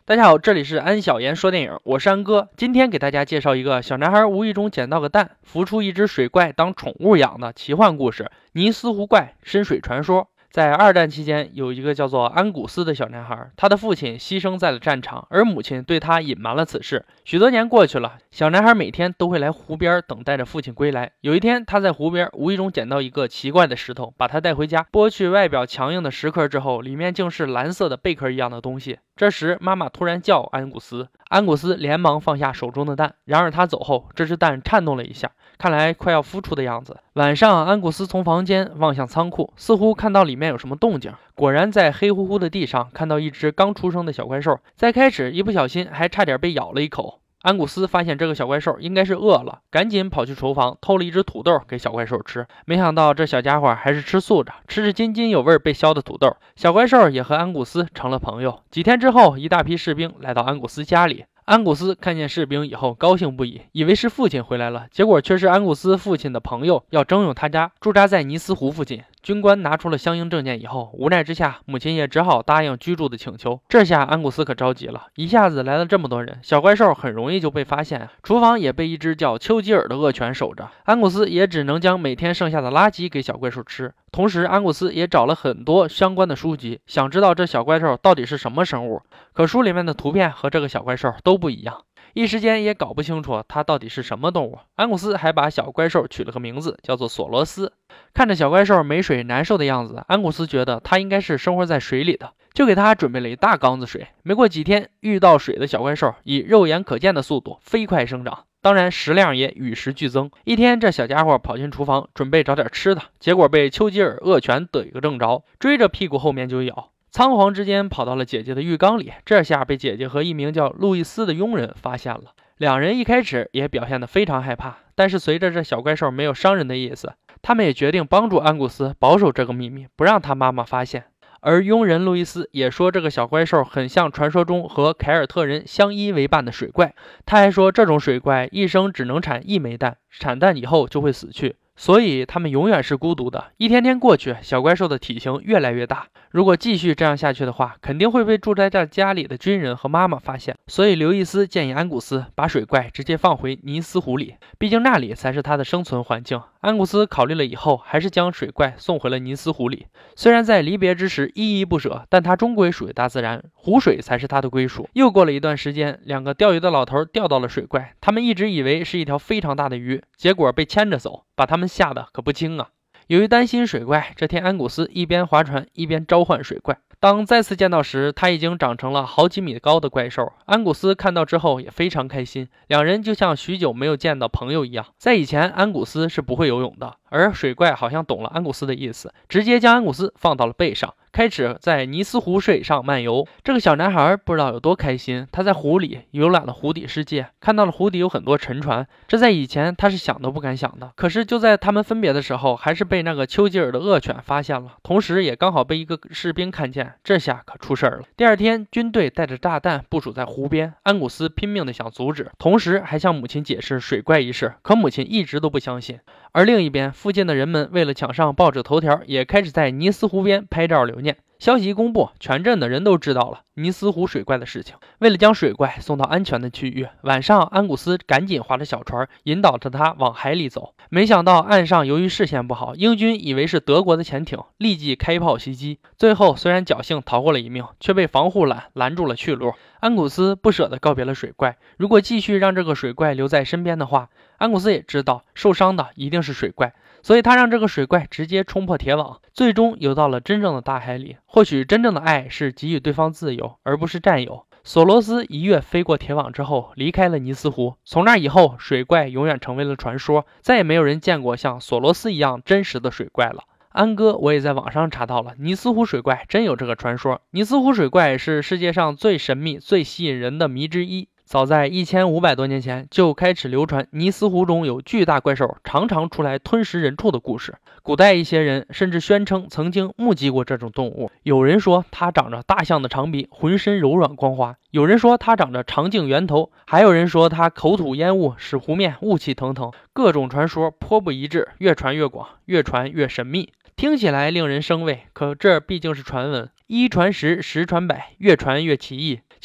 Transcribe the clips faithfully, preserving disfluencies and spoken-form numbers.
大家好，这里是安小言说电影，我是安哥。今天给大家介绍一个小男孩无意中捡到个蛋，孵出一只水怪当宠物养的奇幻故事——尼斯湖怪深水传说。在二战期间，有一个叫做安古斯的小男孩，他的父亲牺牲在了战场，而母亲对他隐瞒了此事。许多年过去了，小男孩每天都会来湖边等待着父亲归来。有一天，他在湖边无意中捡到一个奇怪的石头，把它带回家，剥去外表强硬的石壳之后，里面竟是蓝色的贝壳一样的东西。这时，妈妈突然叫安古斯，安古斯连忙放下手中的蛋。然而他走后，这只蛋颤动了一下，看来快要孵出的样子。晚上，安古斯从房间望向仓库，似乎看到里面有什么动静。果然，在黑乎乎的地上看到一只刚出生的小怪兽，在开始一不小心还差点被咬了一口。安古斯发现这个小怪兽应该是饿了，赶紧跑去厨房偷了一只土豆给小怪兽吃。没想到这小家伙还是吃素着，吃着津津有味被削的土豆。小怪兽也和安古斯成了朋友。几天之后，一大批士兵来到安古斯家里。安古斯看见士兵以后高兴不已，以为是父亲回来了，结果却是安古斯父亲的朋友要征用他家，驻扎在尼斯湖附近。军官拿出了相应证件以后，无奈之下，母亲也只好答应居住的请求。这下安古斯可着急了，一下子来了这么多人，小怪兽很容易就被发现，厨房也被一只叫丘吉尔的恶犬守着。安古斯也只能将每天剩下的垃圾给小怪兽吃。同时，安古斯也找了很多相关的书籍，想知道这小怪兽到底是什么生物。可书里面的图片和这个小怪兽都不一样，一时间也搞不清楚它到底是什么动物。安古斯还把小怪兽取了个名字，叫做索罗斯。看着小怪兽没水难受的样子，安古斯觉得它应该是生活在水里的，就给它准备了一大缸子水。没过几天，遇到水的小怪兽以肉眼可见的速度飞快生长，当然食量也与时俱增。一天，这小家伙跑进厨房准备找点吃的，结果被丘吉尔恶犬逮个正着，追着屁股后面就咬。仓皇之间跑到了姐姐的浴缸里，这下被姐姐和一名叫路易斯的佣人发现了。两人一开始也表现得非常害怕，但是随着这小怪兽没有伤人的意思，他们也决定帮助安古斯保守这个秘密，不让他妈妈发现。而佣人路易斯也说这个小怪兽很像传说中和凯尔特人相依为伴的水怪，他还说这种水怪一生只能产一枚蛋，产蛋以后就会死去，所以他们永远是孤独的。一天天过去，小怪兽的体型越来越大，如果继续这样下去的话，肯定会被住在这家里的军人和妈妈发现。所以刘易斯建议安古斯把水怪直接放回尼斯湖里，毕竟那里才是他的生存环境。安古斯考虑了以后，还是将水怪送回了尼斯湖里。虽然在离别之时依依不舍，但他终归属于大自然，湖水才是他的归属。又过了一段时间，两个钓鱼的老头钓到了水怪，他们一直以为是一条非常大的鱼，结果被牵着走，把他们吓得可不轻啊。由于担心水怪，这天安古斯一边划船一边召唤水怪。当再次见到时，他已经长成了好几米高的怪兽。安古斯看到之后也非常开心，两人就像许久没有见到朋友一样。在以前，安古斯是不会游泳的，而水怪好像懂了安古斯的意思，直接将安古斯放到了背上，开始在尼斯湖水上漫游。这个小男孩不知道有多开心，他在湖里游览了湖底世界，看到了湖底有很多沉船，这在以前他是想都不敢想的。可是就在他们分别的时候，还是被那个丘吉尔的恶犬发现了，同时也刚好被一个士兵看见，这下可出事儿了。第二天，军队带着炸弹部署在湖边，安古斯拼命的想阻止，同时还向母亲解释水怪一事，可母亲一直都不相信。而另一边，附近的人们为了抢上报纸头条，也开始在尼斯湖边拍照留念。消息一公布，全镇的人都知道了尼斯湖水怪的事情。为了将水怪送到安全的区域，晚上安古斯赶紧划着小船，引导着他往海里走。没想到岸上由于视线不好，英军以为是德国的潜艇，立即开炮袭击。最后虽然侥幸逃过了一命，却被防护栏拦住了去路。安古斯不舍得告别了水怪，如果继续让这个水怪留在身边的话，安古斯也知道受伤的一定是水怪，所以他让这个水怪直接冲破铁网，最终游到了真正的大海里。或许真正的爱是给予对方自由，而不是占有。索罗斯一跃飞过铁网之后，离开了尼斯湖。从那以后，水怪永远成为了传说，再也没有人见过像索罗斯一样真实的水怪了。安哥，我也在网上查到了，尼斯湖水怪真有这个传说。尼斯湖水怪是世界上最神秘、最吸引人的谜之一。早在一千五百多年前就开始流传尼斯湖中有巨大怪兽常常出来吞食人畜的故事。古代一些人甚至宣称曾经目击过这种动物，有人说它长着大象的长鼻，浑身柔软光滑，有人说它长着长颈猿头，还有人说它口吐烟雾，使湖面雾气腾腾。各种传说颇不一致，越传越广，越传越神秘。听起来令人生畏，可这毕竟是传闻，一传十，十传百，越传越奇异。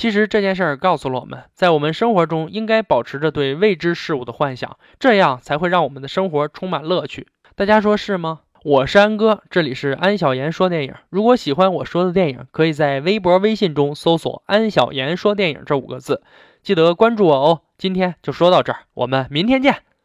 其实这件事儿告诉了我们，在我们生活中应该保持着对未知事物的幻想，这样才会让我们的生活充满乐趣。大家说是吗？我是安哥，这里是安小言说电影。如果喜欢我说的电影，可以在微博、微信中搜索安小言说电影这五个字，记得关注我哦。今天就说到这儿，我们明天见。